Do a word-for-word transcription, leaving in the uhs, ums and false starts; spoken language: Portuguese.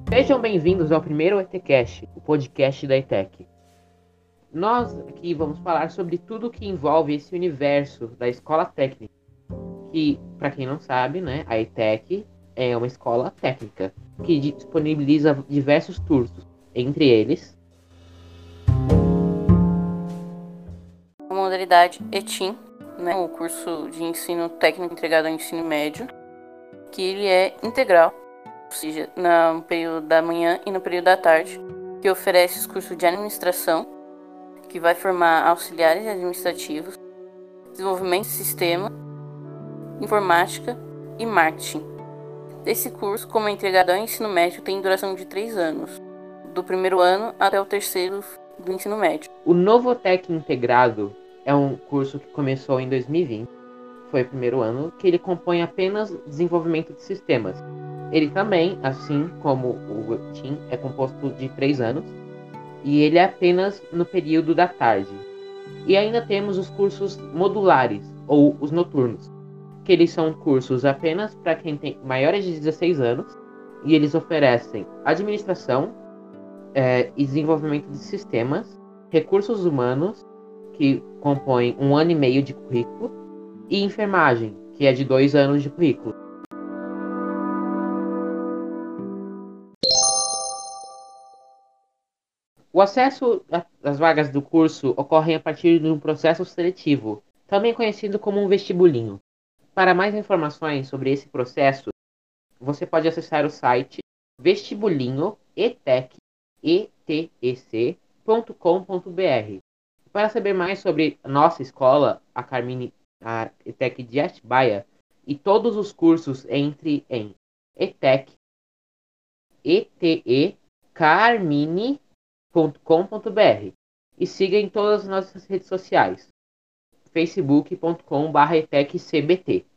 Sejam bem-vindos ao primeiro ETCast, o podcast da ETEC. Nós aqui vamos falar sobre tudo que envolve esse universo da escola técnica, que, para quem não sabe, né, a ETEC é uma escola técnica que disponibiliza diversos cursos, entre eles a modalidade ETIM, né, o curso de ensino técnico integrado ao ensino médio, que ele é integral, ou seja, no período da manhã e no período da tarde, que oferece os cursos de administração, que vai formar auxiliares administrativos, desenvolvimento de sistema, informática e marketing. Esse curso, como é integrado ao ensino médio, tem duração de três anos, do primeiro ano até o terceiro do ensino médio. O Novotec Integrado é um curso que começou em dois mil e vinte, foi o primeiro ano, que ele compõe apenas desenvolvimento de sistemas. Ele também, assim como o ETIM, é composto de três anos, e ele é apenas no período da tarde. E ainda temos os cursos modulares, ou os noturnos, que eles são cursos apenas para quem tem maiores de dezesseis anos, e eles oferecem administração é, e desenvolvimento de sistemas, recursos humanos, que compõem um ano e meio de currículo, e enfermagem, que é de dois anos de currículo. O acesso às vagas do curso ocorre a partir de um processo seletivo, também conhecido como um vestibulinho. Para mais informações sobre esse processo, você pode acessar o site vestibulinho.etec ponto com ponto br. Para saber mais sobre a nossa escola, a Carmine, a ETEC de Atibaia, e todos os cursos, entre em etec, ete, carmine ponto com ponto br e siga em todas as nossas redes sociais, facebook ponto com barra etec c b t.